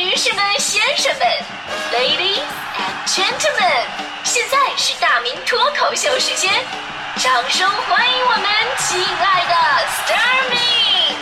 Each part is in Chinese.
女士们、先生们 ，Ladies and Gentlemen， 现在是大明脱口秀时间，掌声欢迎我们亲爱的 Starmin。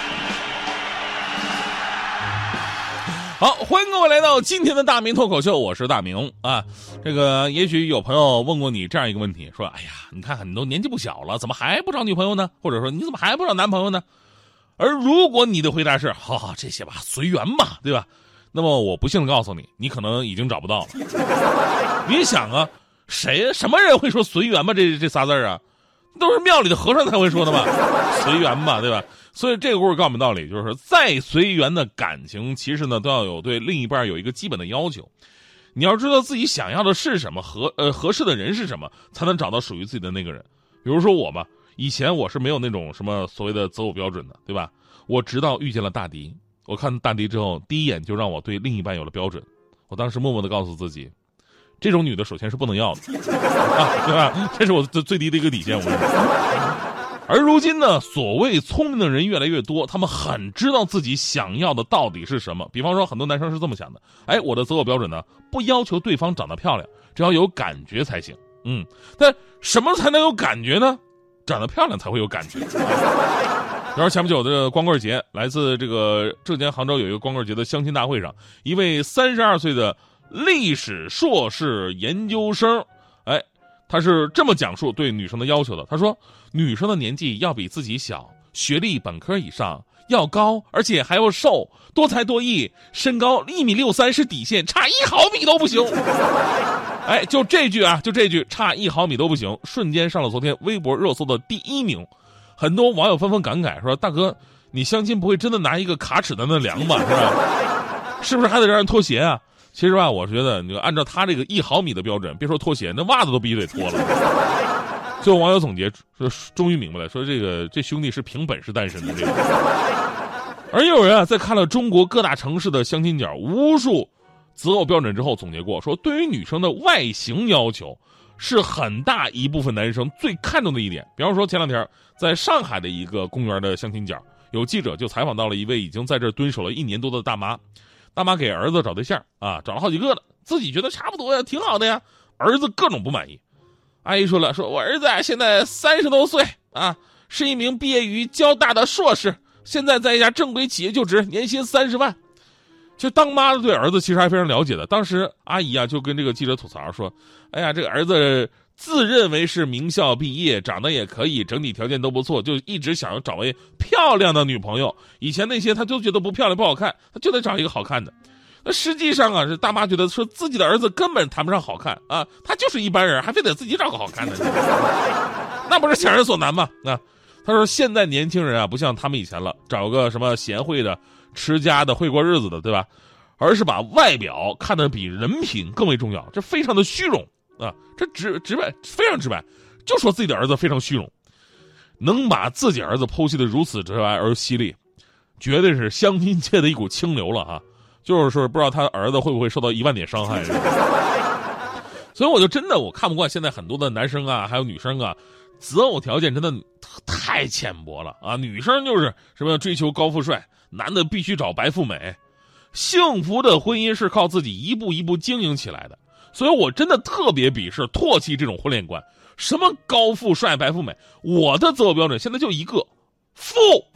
好，欢迎各位来到今天的大明脱口秀，我是大明啊。这个也许有朋友问过你这样一个问题，说：“哎呀，你看你都年纪不小了，怎么还不找女朋友呢？或者说你怎么还不找男朋友呢？”而如果你的回答是“好，这些吧，随缘嘛，对吧？”那么我不幸的告诉你，你可能已经找不到了。你想啊，什么人会说随缘嘛？这仨字啊，都是庙里的和尚才会说的嘛，随缘嘛，对吧？所以这个故事告诉我们道理，就是说再随缘的感情，其实呢都要有对另一半有一个基本的要求。你要知道自己想要的是什么，合适的人是什么，才能找到属于自己的那个人。比如说我吧，以前我是没有那种什么所谓的择偶标准的，对吧？我直到遇见了大迪，我看大迪之后，第一眼就让我对另一半有了标准。我当时默默地告诉自己，这种女的首先是不能要的，对吧？这是我最低的一个底线。我跟你说。而如今呢，所谓聪明的人越来越多，他们很知道自己想要的到底是什么。比方说，很多男生是这么想的：哎，我的择偶标准呢，不要求对方长得漂亮，只要有感觉才行。但什么才能有感觉呢？长得漂亮才会有感觉。然后前不久的光棍节，来自这个浙江杭州有一个光棍节的相亲大会上，一位32岁的历史硕士研究生，他是这么讲述对女生的要求的。他说，女生的年纪要比自己小，学历本科以上，要高，而且还要瘦，多才多艺，身高1.63米是底线，差1毫米都不行。就这句差1毫米都不行，瞬间上了昨天微博热搜的第1名。很多网友纷纷感慨说，大哥，你相亲不会真的拿一个卡尺在那量吧，是吧？是不是还得让人脱鞋啊？其实吧，我觉得你按照他这个1毫米的标准，别说脱鞋，那袜子都必须得脱了。最后网友总结说，终于明白了，说这兄弟是凭本事单身的这个。而也有人在看了中国各大城市的相亲角无数择偶标准之后，总结过说，对于女生的外形要求是很大一部分男生最看重的一点。比方说前两天在上海的一个公园的相亲角，有记者就采访到了一位已经在这儿蹲守了1年多的大妈。大妈给儿子找对象啊，找了好几个了，自己觉得差不多呀，挺好的呀。儿子各种不满意。阿姨说了，说我儿子现在30多岁啊，是一名毕业于交大的硕士，现在在一家正规企业就职，年薪30万。就当妈的对儿子其实还非常了解的。当时阿姨就跟这个记者吐槽说，哎呀，这个儿子自认为是名校毕业，长得也可以，整体条件都不错，就一直想要找位漂亮的女朋友。以前那些他就觉得不漂亮不好看，他就得找一个好看的。那实际上这大妈觉得说自己的儿子根本谈不上好看啊，他就是一般人，还非得自己找个好看的，那不是强人所难吗？他说现在年轻人不像他们以前了，找个什么贤惠的、持家的、会过日子的，对吧？而是把外表看得比人品更为重要，这非常的虚荣。这直白，非常直白，就说自己的儿子非常虚荣，能把自己儿子剖析的如此直白而犀利，绝对是相亲界的一股清流了啊！就是说，不知道他儿子会不会受到1万点伤害。所以我就真的我看不惯现在很多的男生还有女生择偶条件真的太浅薄了啊！女生就是什么追求高富帅，男的必须找白富美。幸福的婚姻是靠自己一步一步经营起来的。所以我真的特别鄙视、唾弃这种婚恋观，什么高富帅、白富美，我的择偶标准现在就一个：富，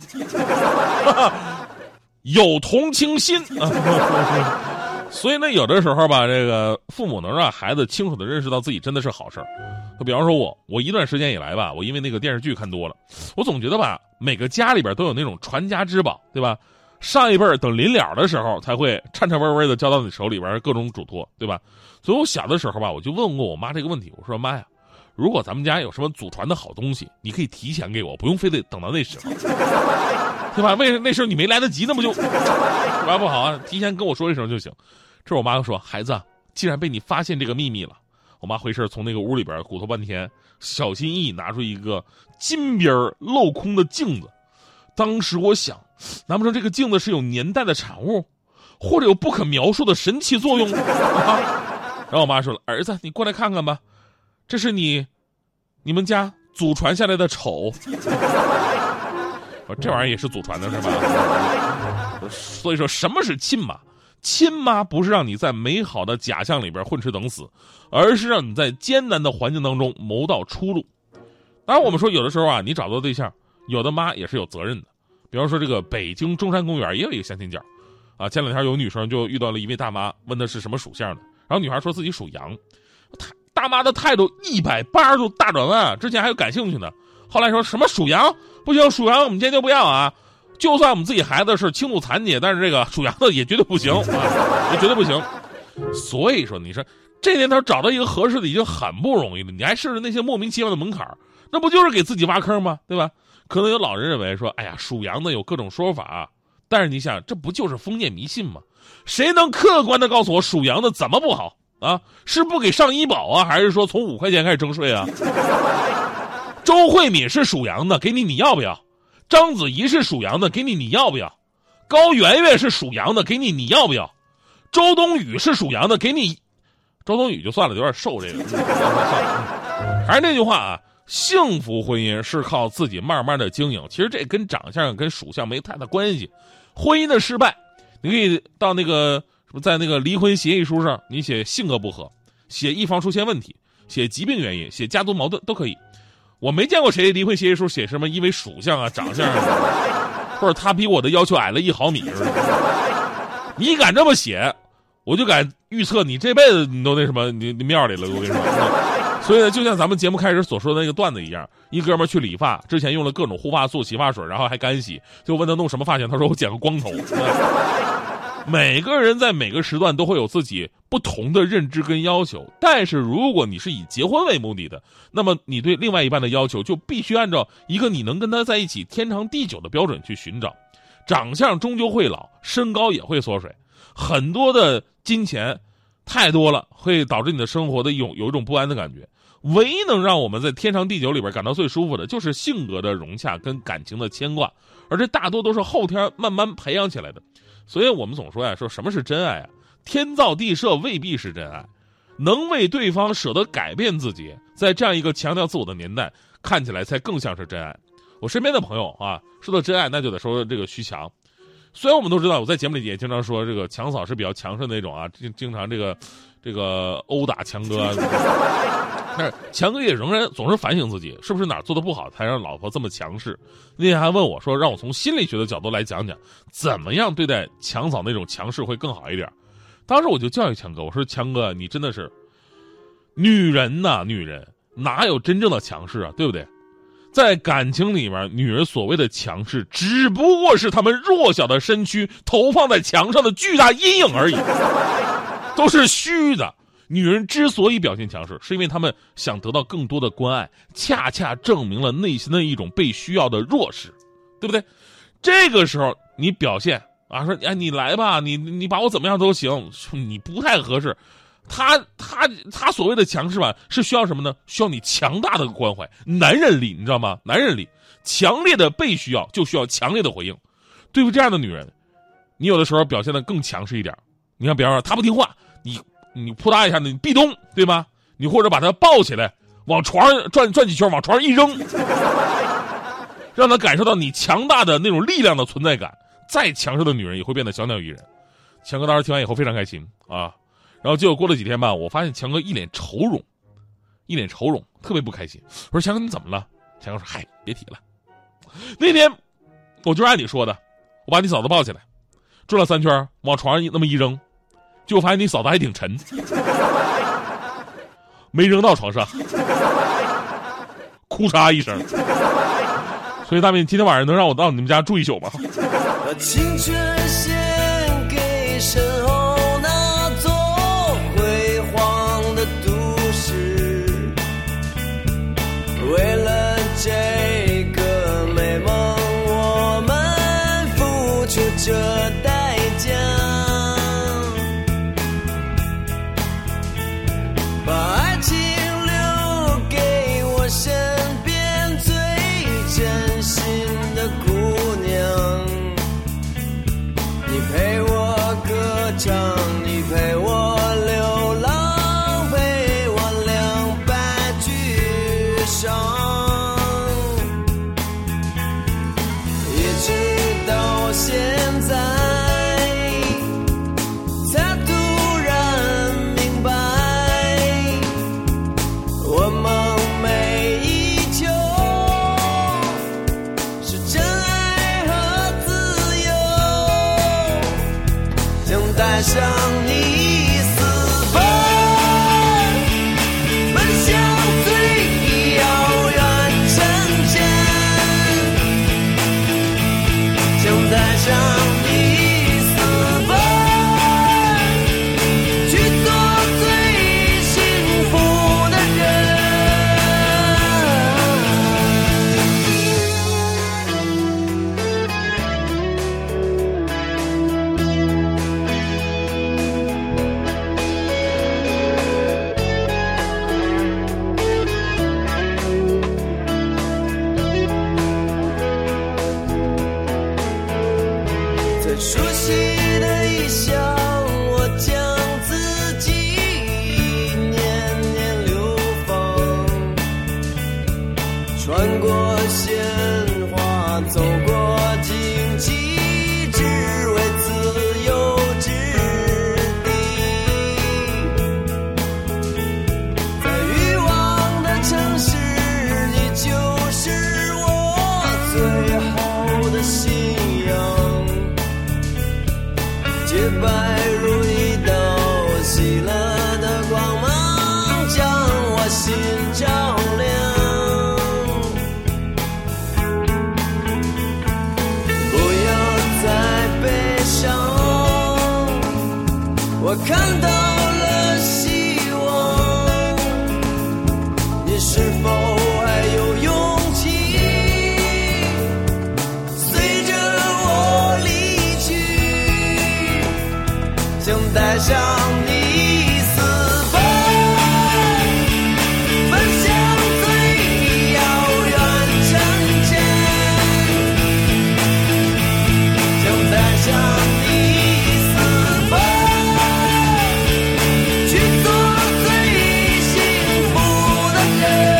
有同情心。所以呢，有的时候吧，这个父母能让孩子清楚地认识到自己真的是好事儿。就比方说我一段时间以来吧，我因为那个电视剧看多了，我总觉得吧，每个家里边都有那种传家之宝，对吧？上一辈儿等临了的时候才会颤颤巍巍的交到你手里边各种嘱托，对吧？所以我小的时候吧，我就问过我妈这个问题，我说妈呀，如果咱们家有什么祖传的好东西，你可以提前给我，不用非得等到那时候，对吧？为什么那时候你没来得及，那不就是吧？不好啊，提前跟我说一声就行。这我妈就说，孩子，既然被你发现这个秘密了，我妈回身从那个屋里边鼓捣半天，小心翼翼拿出一个金边镂空的镜子。当时我想，难不成这个镜子是有年代的产物，或者有不可描述的神奇作用？然后我妈说了，儿子，你过来看看吧，这是你们家祖传下来的丑。这玩意儿也是祖传的是吧？所以说什么是亲妈？ 亲妈不是让你在美好的假象里边混吃等死，而是让你在艰难的环境当中谋到出路。当然我们说有的时候啊，你找到对象，有的妈也是有责任的。比方说这个北京中山公园也有一个相亲角啊，前两天有女生就遇到了一位大妈，问她是什么属相的，然后女孩说自己属羊，大妈的态度180度大转弯啊，之前还有感兴趣呢，后来说什么属羊不行，属羊我们坚决不要啊，就算我们自己孩子是轻度残疾，但是这个属羊的也绝对不行啊，也绝对不行。所以说你说这年头找到一个合适的已经很不容易了，你还试试那些莫名其妙的门槛，那不就是给自己挖坑吗？对吧？可能有老人认为说，哎呀，属羊的有各种说法，但是你想，这不就是封建迷信吗？谁能客观的告诉我属羊的怎么不好啊？是不给上医保啊，还是说从5块钱开始征税啊？周慧敏是属羊的，给你，你要不要？章子怡是属羊的，给你，你要不要？高圆圆是属羊的，给你，你要不要？周冬雨是属羊的，给你，周冬雨就算了，有点瘦这个。还是那句话啊，幸福婚姻是靠自己慢慢的经营，其实这跟长相跟属相没太大关系。婚姻的失败，你可以到那个在那个离婚协议书上，你写性格不合，写一方出现问题，写疾病原因，写家族矛盾都可以。我没见过谁离婚协议书写什么因为属相啊、长相啊，或者他比我的要求矮了1毫米似的。你敢这么写，我就敢预测你这辈子你都那什么，你庙里了，我跟你说。所以呢，就像咱们节目开始所说的那个段子一样，一哥们去理发之前用了各种护发素、洗发水，然后还干洗，就问他弄什么发型，他说我剪个光头。每个人在每个时段都会有自己不同的认知跟要求，但是如果你是以结婚为目的的，那么你对另外一半的要求就必须按照一个你能跟他在一起天长地久的标准去寻找。长相终究会老，身高也会缩水，很多的金钱太多了，会导致你的生活的有一种不安的感觉。唯一能让我们在天长地久里边感到最舒服的，就是性格的融洽跟感情的牵挂，而这大多都是后天慢慢培养起来的。所以我们总说呀，说什么是真爱啊？天造地设未必是真爱，能为对方舍得改变自己，在这样一个强调自我的年代，看起来才更像是真爱。我身边的朋友啊，说到真爱，那就得说这个徐强。虽然我们都知道，我在节目里也经常说这个强嫂是比较强势的那种啊，经常这个殴打强哥，但是强哥也仍然总是反省自己，是不是哪儿做的不好，才让老婆这么强势。那天还问我说，让我从心理学的角度来讲讲，怎么样对待强嫂那种强势会更好一点。当时我就教育强哥，我说强哥，你真的是女人呐，女人哪有真正的强势啊，对不对？在感情里面，女人所谓的强势，只不过是她们弱小的身躯投放在墙上的巨大阴影而已，都是虚的。女人之所以表现强势，是因为她们想得到更多的关爱，恰恰证明了内心的一种被需要的弱势，对不对？这个时候你表现啊，说哎你来吧，你把我怎么样都行，你不太合适。他所谓的强势吧，是需要什么呢？需要你强大的关怀，男人力，你知道吗？男人力，强烈的被需要就需要强烈的回应。对付这样的女人，你有的时候表现得更强势一点。你看，比方说她不听话，你扑她一下，你壁咚，对吧？你或者把她抱起来，往床上转几圈，往床上一扔，让她感受到你强大的那种力量的存在感。再强势的女人也会变得小鸟依人。强哥当时听完以后非常开心啊。然后结果过了几天吧，我发现强哥一脸愁容，特别不开心。我说强哥你怎么了？强哥说嗨，别提了。那天我就是按你说的，我把你嫂子抱起来，转了3圈，往床上那么一扔，结果发现你嫂子还挺沉，没扔到床上，哭嚓一声。所以大明今天晚上能让我到你们家住一宿吗？ 把青春献给身后为了这个美梦，我们付出着代价，把爱情留给我身边最真心的姑娘。你陪我歌唱，你陪我流浪，陪我两败俱伤。现在想带上你私奔，奔向最遥远城镇，想带上你私奔，去做最幸福的人。最熟悉的异乡，我将自己年年流放，穿过鲜花，走过荆棘，只为自由之地。在欲望的城市，你就是我最好的信仰。洁白如一道熄了的光芒，将我心照亮。不要再悲伤，我看到了希望。你是否还有勇气随着我离去？想带上你私奔，奔向最遥远城镇，想带上你私奔，去做最幸福的人。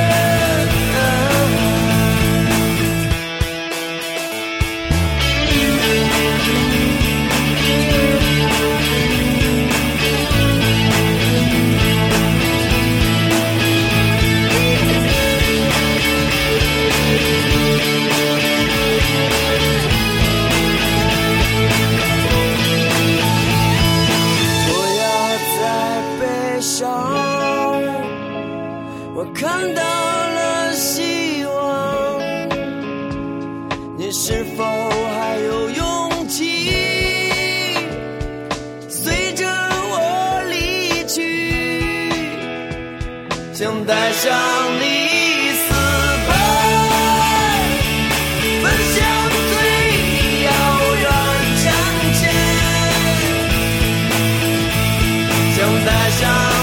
我看到了希望，你是否还有勇气随着我离去？想带上你私奔，奔向最遥远城镇，想带上